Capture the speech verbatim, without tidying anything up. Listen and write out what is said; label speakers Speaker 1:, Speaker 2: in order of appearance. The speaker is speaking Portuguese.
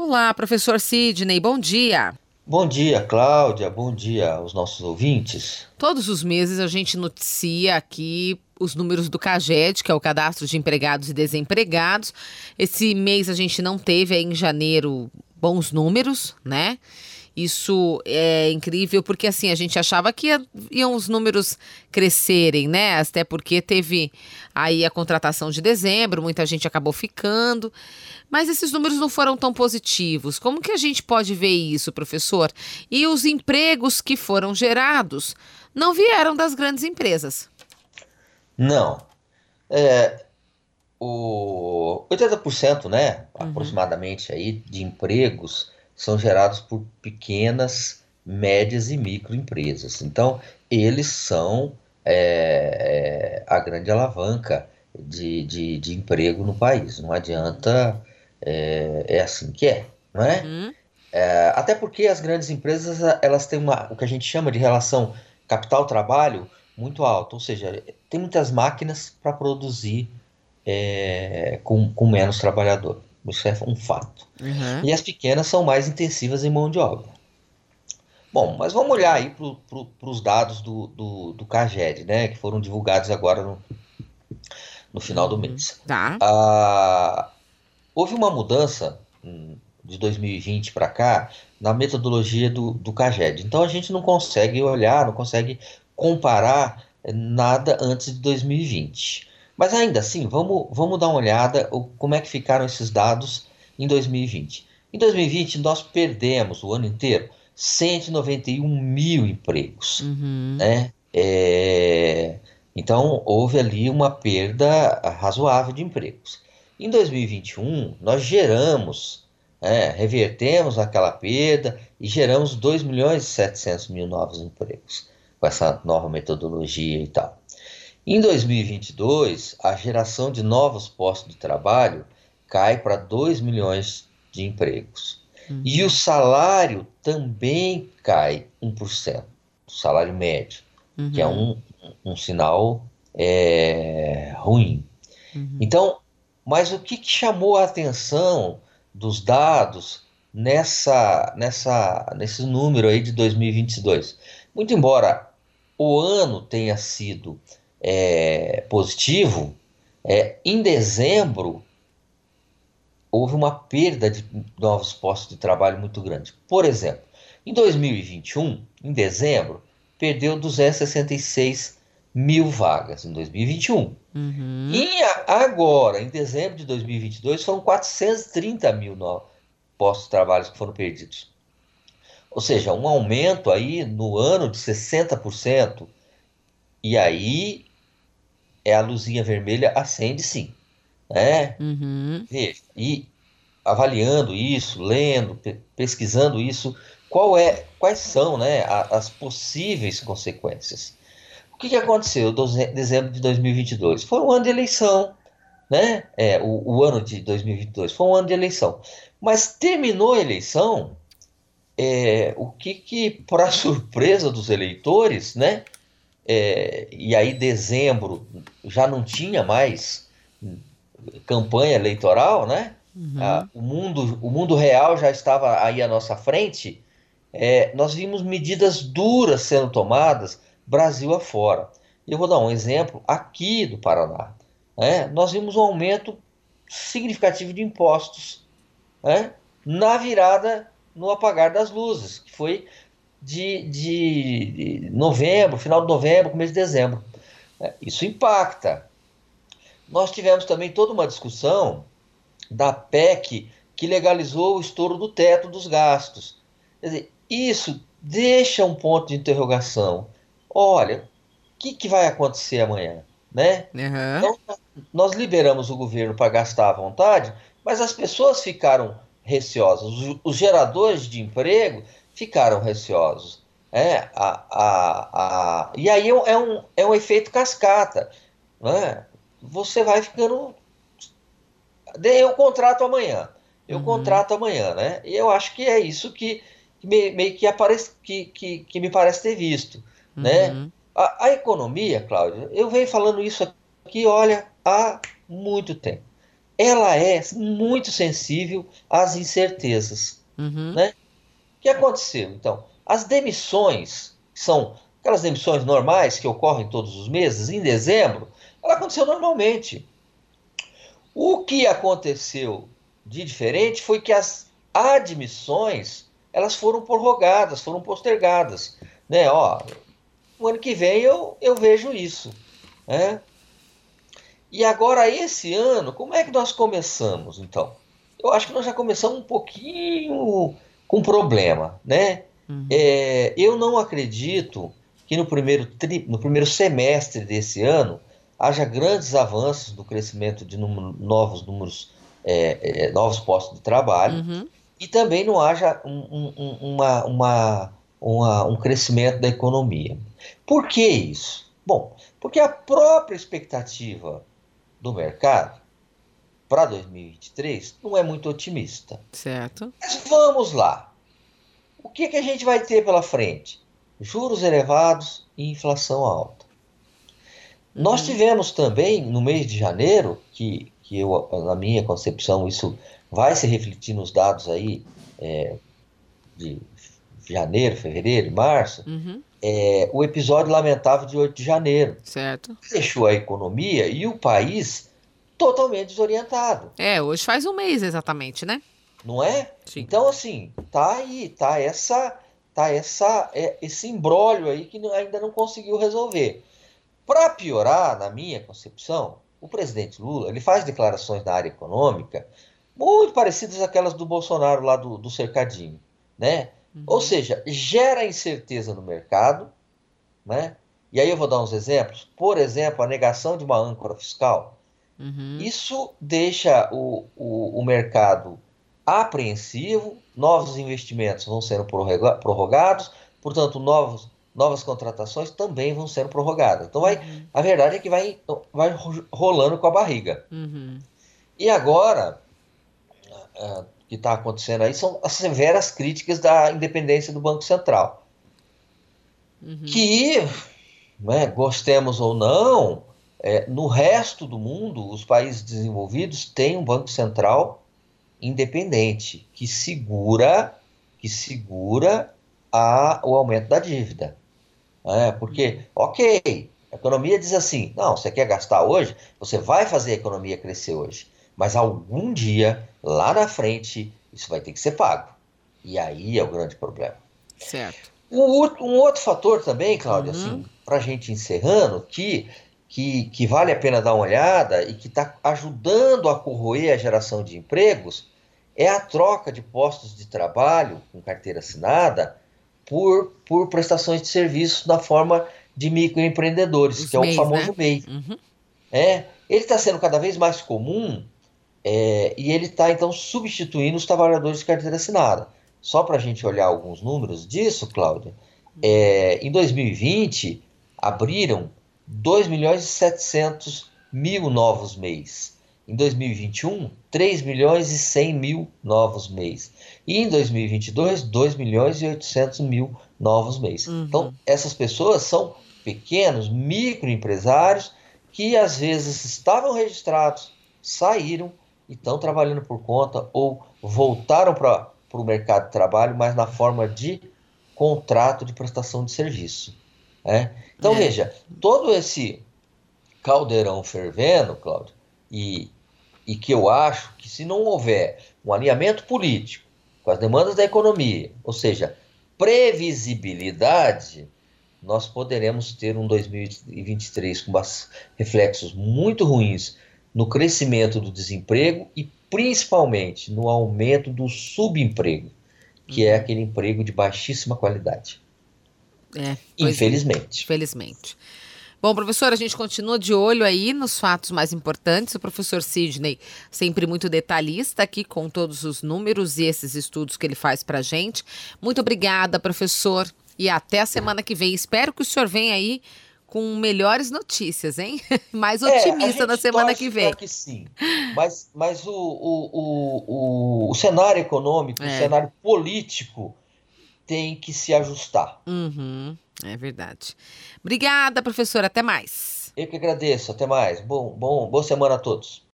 Speaker 1: Olá, professor Sidney, bom dia.
Speaker 2: Bom dia, Cláudia. Bom dia aos nossos ouvintes.
Speaker 1: Todos os meses a gente noticia aqui os números do CAGED, que é o Cadastro de Empregados e Desempregados. Esse mês a gente não teve aí em janeiro bons números, né? Isso é incrível porque assim a gente achava que ia- iam os números crescerem, né? Até porque teve aí a contratação de dezembro, muita gente acabou ficando, mas esses números não foram tão positivos. Como que a gente pode ver isso, professor? E os empregos que foram gerados não vieram das grandes empresas.
Speaker 2: Não, é, o oitenta por cento, né,
Speaker 1: Uhum,
Speaker 2: aproximadamente aí, de empregos são gerados por pequenas, médias e microempresas. Então, eles são é, é, a grande alavanca de, de, de emprego no país. Não adianta, é, é assim que é, não é?
Speaker 1: uhum,
Speaker 2: É, até porque as grandes empresas elas têm uma, o que a gente chama de relação capital-trabalho muito alta, ou seja, tem muitas máquinas para produzir é, com, com menos trabalhador. Isso é um fato.
Speaker 1: uhum.
Speaker 2: E as pequenas são mais intensivas em mão de obra. Bom, mas vamos olhar aí para pro, os dados do, do, do CAGED, né, que foram divulgados agora no, no final do
Speaker 1: Uhum.
Speaker 2: mês.
Speaker 1: Tá.
Speaker 2: Ah, houve uma mudança hum, de dois mil e vinte para cá na metodologia do, do CAGED. Então a gente não consegue olhar, não consegue comparar eh, nada antes de dois mil e vinte. Mas ainda assim, vamos, vamos dar uma olhada o, como é que ficaram esses dados em dois mil e vinte. Em dois mil e vinte, nós perdemos o ano inteiro cento e noventa e um mil empregos,
Speaker 1: Uhum.
Speaker 2: né? É, Então, houve ali uma perda razoável de empregos. Em dois mil e vinte e um, nós geramos, né, revertemos aquela perda e geramos dois milhões e setecentos mil novos empregos com essa nova metodologia e tal. Em dois mil e vinte e dois, a geração de novos postos de trabalho cai para dois milhões de empregos. E o
Speaker 1: Uhum.
Speaker 2: salário também cai um por cento, o salário médio, que é
Speaker 1: Uhum.
Speaker 2: um, um sinal é, ruim.
Speaker 1: Uhum.
Speaker 2: Então, mas o que, que chamou a atenção dos dados nessa, nessa, nesse número aí de dois mil e vinte e dois? Muito embora o ano tenha sido é, positivo, é, em dezembro houve uma perda de novos postos de trabalho muito grande. Por exemplo, em dois mil e vinte e um, em dezembro, perdeu duzentos e sessenta e seis mil vagas em dois mil e vinte e um.
Speaker 1: Uhum.
Speaker 2: E a- agora, em dezembro de dois mil e vinte e dois, foram quatrocentos e trinta mil no- postos de trabalho que foram perdidos. Ou seja, um aumento aí no ano de sessenta por cento. E aí é a luzinha vermelha acende sim, né?
Speaker 1: Uhum.
Speaker 2: Veja, e avaliando isso, lendo, pe- pesquisando isso, qual é, quais são, né, a- as possíveis consequências? O que que aconteceu em doze- dezembro de dois mil e vinte e dois? Foi um ano de eleição, né? É, o, o ano de dois mil e vinte e dois foi um ano de eleição. Mas terminou a eleição, é, o que que, para surpresa dos eleitores, né? É, e aí dezembro já não tinha mais campanha eleitoral, né? Ah,
Speaker 1: Uhum.
Speaker 2: o mundo, o mundo real já estava aí à nossa frente. É, nós vimos medidas duras sendo tomadas Brasil afora. Eu vou dar um exemplo aqui do Paraná, né? Nós vimos um aumento significativo de impostos, né? Na virada, no apagar das luzes, que foi de, de, de novembro, final de novembro, começo de dezembro. Né? Isso impacta. Nós tivemos também toda uma discussão da PEC que legalizou o estouro do teto dos gastos. Quer dizer, isso deixa um ponto de interrogação. Olha, o que, que vai acontecer amanhã, né?
Speaker 1: Aham.
Speaker 2: Então, nós liberamos o governo para gastar à vontade, mas as pessoas ficaram receosas, os, os geradores de emprego ficaram receosos. É, a, a, a, e aí é um, é um, é um efeito cascata, né? Você vai ficando. Eu contrato amanhã, eu
Speaker 1: Uhum.
Speaker 2: contrato amanhã, né? E eu acho que é isso que, que me, meio que, aparece, que, que, que me parece ter visto, né?
Speaker 1: Uhum.
Speaker 2: A, a economia, Cláudia, eu venho falando isso aqui, olha, há muito tempo. ela é muito sensível às incertezas,
Speaker 1: Uhum.
Speaker 2: né? O que aconteceu? Então, as demissões, que são aquelas demissões normais que ocorrem todos os meses, em dezembro, ela aconteceu normalmente. O que aconteceu de diferente foi que as admissões, elas foram prorrogadas, foram postergadas, né? Ó, o ano que vem eu, eu vejo isso, né? E agora, esse ano, como é que nós começamos, então? Eu acho que nós já começamos um pouquinho com problema, né?
Speaker 1: Uhum.
Speaker 2: É, eu não acredito que no primeiro, tri- no primeiro semestre desse ano haja grandes avanços no crescimento de número- novos números, é, é, novos postos de trabalho,
Speaker 1: Uhum.
Speaker 2: e também não haja um, um- um- uma, uma, uma- um crescimento da economia. Por que isso? Bom, porque a própria expectativa do mercado para dois mil e vinte e três não é muito otimista.
Speaker 1: Certo.
Speaker 2: Mas vamos lá. O que que a gente vai ter pela frente? Juros elevados e inflação alta. Nós
Speaker 1: Uhum.
Speaker 2: tivemos também, no mês de janeiro, que, que eu, na minha concepção, isso vai se refletir nos dados aí é, de janeiro, fevereiro e março,
Speaker 1: Uhum.
Speaker 2: é, o episódio lamentável de oito de janeiro.
Speaker 1: Certo.
Speaker 2: Deixou a economia e o país totalmente desorientado.
Speaker 1: É, hoje faz um mês exatamente, né?
Speaker 2: Não é?
Speaker 1: Sim.
Speaker 2: Então, assim, tá aí, tá essa, tá essa, é, esse imbróglio aí que não- ainda não conseguiu resolver. Para piorar, na minha concepção, o presidente Lula, ele faz declarações na área econômica muito parecidas àquelas do Bolsonaro lá do, do cercadinho, né? Ou
Speaker 1: Uhum.
Speaker 2: seja, gera incerteza no mercado, né? E aí eu vou dar uns exemplos. Por exemplo, a negação de uma âncora fiscal.
Speaker 1: Uhum.
Speaker 2: Isso deixa o, o, o mercado apreensivo, novos investimentos vão sendo prorroga- prorrogados, portanto, novos, novas contratações também vão sendo prorrogadas. Então, vai,
Speaker 1: Uhum.
Speaker 2: a verdade é que vai, vai ro- rolando com a barriga.
Speaker 1: Uhum.
Speaker 2: E agora, ah, o que está acontecendo aí são as severas críticas da independência do Banco Central,
Speaker 1: Uhum.
Speaker 2: que, né, gostemos ou não, é, no resto do mundo, os países desenvolvidos têm um Banco Central independente que segura que segura a, o aumento da dívida, né? Porque,
Speaker 1: Uhum.
Speaker 2: ok, a economia diz assim, não, você quer gastar hoje, você vai fazer a economia crescer hoje, mas algum dia, lá na frente, isso vai ter que ser pago. E aí é o grande problema.
Speaker 1: Certo.
Speaker 2: Um, outro- um outro fator também, Cláudio,
Speaker 1: Uhum.
Speaker 2: assim, para a gente encerrando, que, que, que vale a pena dar uma olhada e que está ajudando a corroer a geração de empregos, é a troca de postos de trabalho com carteira assinada por, por prestações de serviços na forma de microempreendedores,
Speaker 1: Os
Speaker 2: que é o
Speaker 1: mês, né?
Speaker 2: famoso MEI.
Speaker 1: Uhum.
Speaker 2: É, ele está sendo cada vez mais comum, é, e ele está, então, substituindo os trabalhadores de carteira assinada. Só para a gente olhar alguns números disso, Cláudia,
Speaker 1: Uhum.
Speaker 2: é, em dois mil e vinte, abriram dois milhões e setecentos mil novos MEIs. Em dois mil e vinte e um, três milhões e cem mil novos MEIs. E em dois mil e vinte e dois, dois milhões e oitocentos mil novos MEIs. Então,
Speaker 1: Uhum.
Speaker 2: essas pessoas são pequenos microempresários que às vezes estavam registrados, saíram e estão trabalhando por conta ou voltaram para o mercado de trabalho, mas na forma de contrato de prestação de serviço, né? Então,
Speaker 1: É.
Speaker 2: veja, todo esse caldeirão fervendo, Cláudio, e, e que eu acho que se não houver um alinhamento político com as demandas da economia, ou seja, previsibilidade, nós poderemos ter um dois mil e vinte e três com reflexos muito ruins no crescimento do desemprego e principalmente no aumento do subemprego, que é
Speaker 1: Uhum.
Speaker 2: aquele emprego de baixíssima qualidade.
Speaker 1: É, pois é.
Speaker 2: Infelizmente.
Speaker 1: Felizmente. Bom, professor, a gente continua de olho aí nos fatos mais importantes. O professor Sidney, sempre muito detalhista aqui com todos os números e esses estudos que ele faz pra gente. Muito obrigada, professor, e até a semana que vem. Espero que o senhor venha aí com melhores notícias, hein? Mais
Speaker 2: É, a
Speaker 1: otimista na
Speaker 2: gente
Speaker 1: semana que
Speaker 2: torce para
Speaker 1: vem.
Speaker 2: que sim, mas, mas o, o, o, o cenário econômico, o
Speaker 1: É.
Speaker 2: cenário político tem que se ajustar.
Speaker 1: Uhum, é verdade. Obrigada, professor. Até mais.
Speaker 2: Eu que agradeço. Até mais. Bom, bom, boa semana a todos.